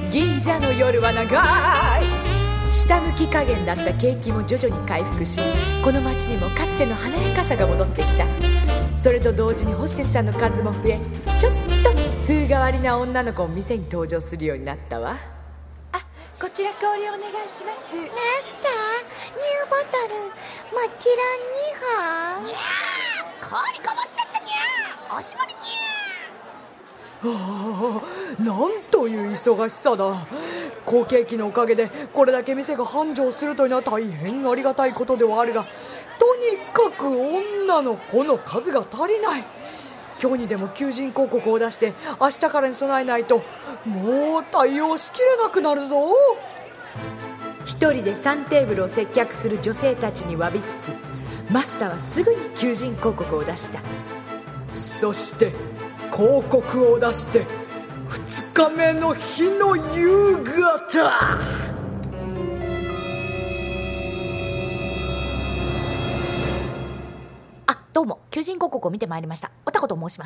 銀座の夜は長い。下向き加減だった景気も徐々に回復し、この街にもかつての華やかさが戻ってきた。それと同時にホステスさんの数も増え、ちょっと風変わりな女の子も店に登場するようになったわ。あ、こちら氷お願いします。 マスター、ニューボトルもちろん2本。 にゃー、氷こぼしてったにゃー、おしぼりになんという忙しさだ。好景気のおかげでこれだけ店が繁盛するというのは大変ありがたいことではあるが、とにかく女の子の数が足りない。今日にでも求人広告を出して明日からに備えないともう対応しきれなくなるぞ。 一人で3テーブルを接客する女性たちに詫びつつ、マスターはすぐに求人広告を出した。 そして広告を出して2日目の日の夕方、 どうも、求人広告を見てまいりました。おたこと申します。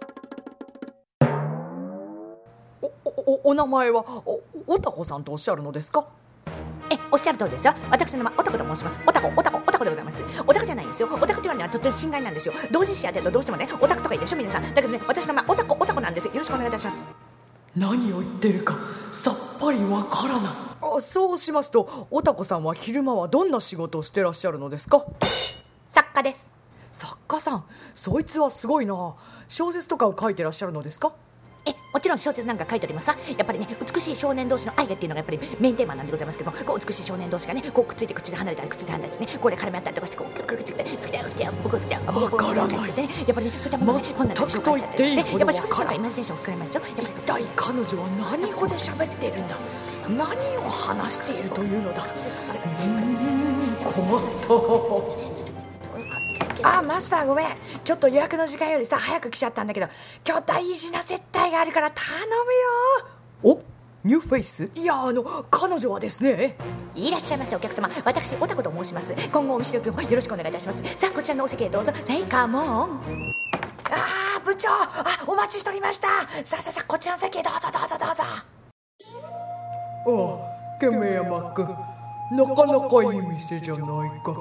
お名前はおたこさんとおっしゃるのですか？ おっしゃる通りですよ。私の名前おたこと申します。おたこでございます。おたこじゃないんですよ。おたこというのはとっても心外なんですよ。同人誌やってるとどうしてもね、おたことかいいでしょ皆さん。だけどね、私の名前おたこなんですよ。よろしくお願いいたします。 何を言ってるかさっぱりわからない。そうしますと、おたこさんは昼間はどんな仕事をしてらっしゃるのですか？ 作家です。 作家さん、そいつはすごいな。小説とかを書いてらっしゃるのですか？ もちろん小説なんか書いておりますさ。やっぱりね、美しい少年同士の愛がっていうのがやっぱりメインテーマなんでございますけども、こう美しい少年同士がね、こうくっついて口で離れたり口で離れたりね、これ絡み合ったりとかして、こうくるくるくっついて好きだよ好きだよ僕好きだよ僕わからない。 やっぱりね、そういったものをね、本なんか紹介しちゃったりして、やっぱり小説とかイマジネーションを膨らみますよ。 一体彼女は何語で喋っているんだ。何を話しているというのだ。困った。 マスターごめん、ちょっと予約の時間よりさ早く来ちゃったんだけど、今日大事な接待があるから頼むよ。 お、ニューフェイス？いや、彼女はですね。 いらっしゃいませお客様、私おたこと申します。今後お見知りおきをよろしくお願いいたします。さあこちらのお席へどうぞ。さあカモン。 部長、お待ちしておりました。さあこちらの席へどうぞどうぞどうぞ。 ケメヤマ君、なかなかいい店じゃないか。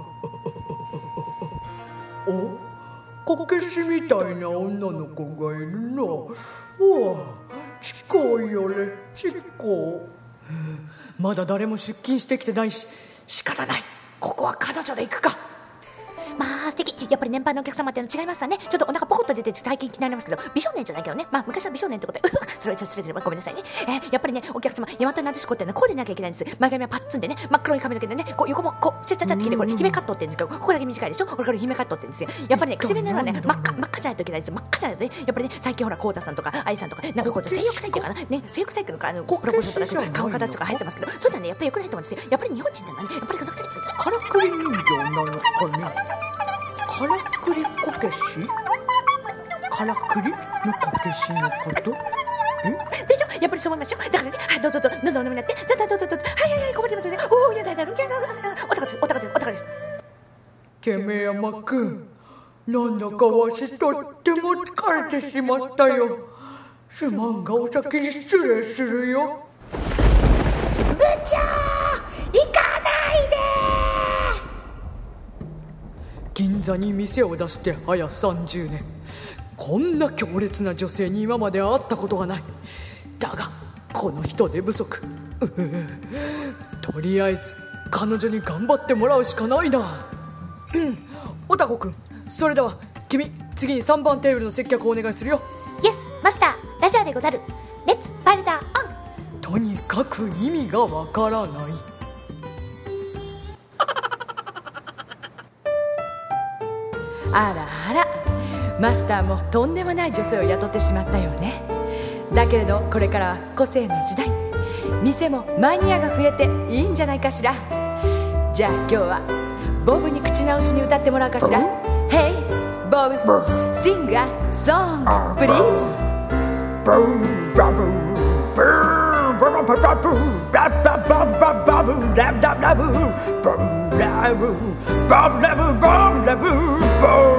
こけしみたいな女の子がいるな。チコよれチコ。まだ誰も出勤してきてないし仕方ない。ここは彼女で行くか。 まあ素敵。やっぱり年配のお客様っていうの違いますわね。ちょっとお腹ポコッと出て体験気になりますけど、美少年じゃないけどね、まあ昔は美少年ってことでそれごめんなさいね。やっぱりね、お客様大和なでしこってね、こうでなきゃいけないんです。前髪はパッツンでね、真っ黒い髪の毛でね、こう横もこうちゃちゃちゃって切って、これ姫カットって言うんですけど、ここだけ短いでしょ。これから姫カットって言うんですよ。やっぱりね、口紅の色はね、真っ赤じゃないといけないんですよ。真っ赤じゃないとね、やっぱりね、最近ほらコウタさんとか愛さんとかなんかこう性欲臭いっていうかなね、性欲臭いっていうのか、プロポーションとか顔形とか入ってますけど、そういうのはねやっぱり良くないと思うんですよ。やっぱり日本人ってのはね、やっぱりからくり人形なのかね。からくりこけし？からくりのこけしのこと？ でしょ。やっぱりそう思いましょう。だからね、どうぞどうぞお飲みになって、どうぞはい困ってますよね。やだおたかです。 ケメヤマ君、なんだかわしとっても疲れてしまったよ。すまんがお先に失礼するよ。 部長、行かないで。 銀座に店を出して早30年。こんな強烈な女性に今まで会ったことがない。だがこの人手不足。とりあえず彼女に頑張ってもらうしかないな。おたこくん、それでは君、次に3番テーブルの接客をお願いするよ。 イエスマスター、ラジオでござる。レッツパイルダーオン。 とにかく意味がわからない。 あらマスターもとんでもない女性を雇ってしまったよね。だけれどこれからは個性の時代、店もマニアが増えていいんじゃないかしら。じゃあ今日はボブに口直しに歌ってもらうかしら。Hey Bob, sing a song please. Bob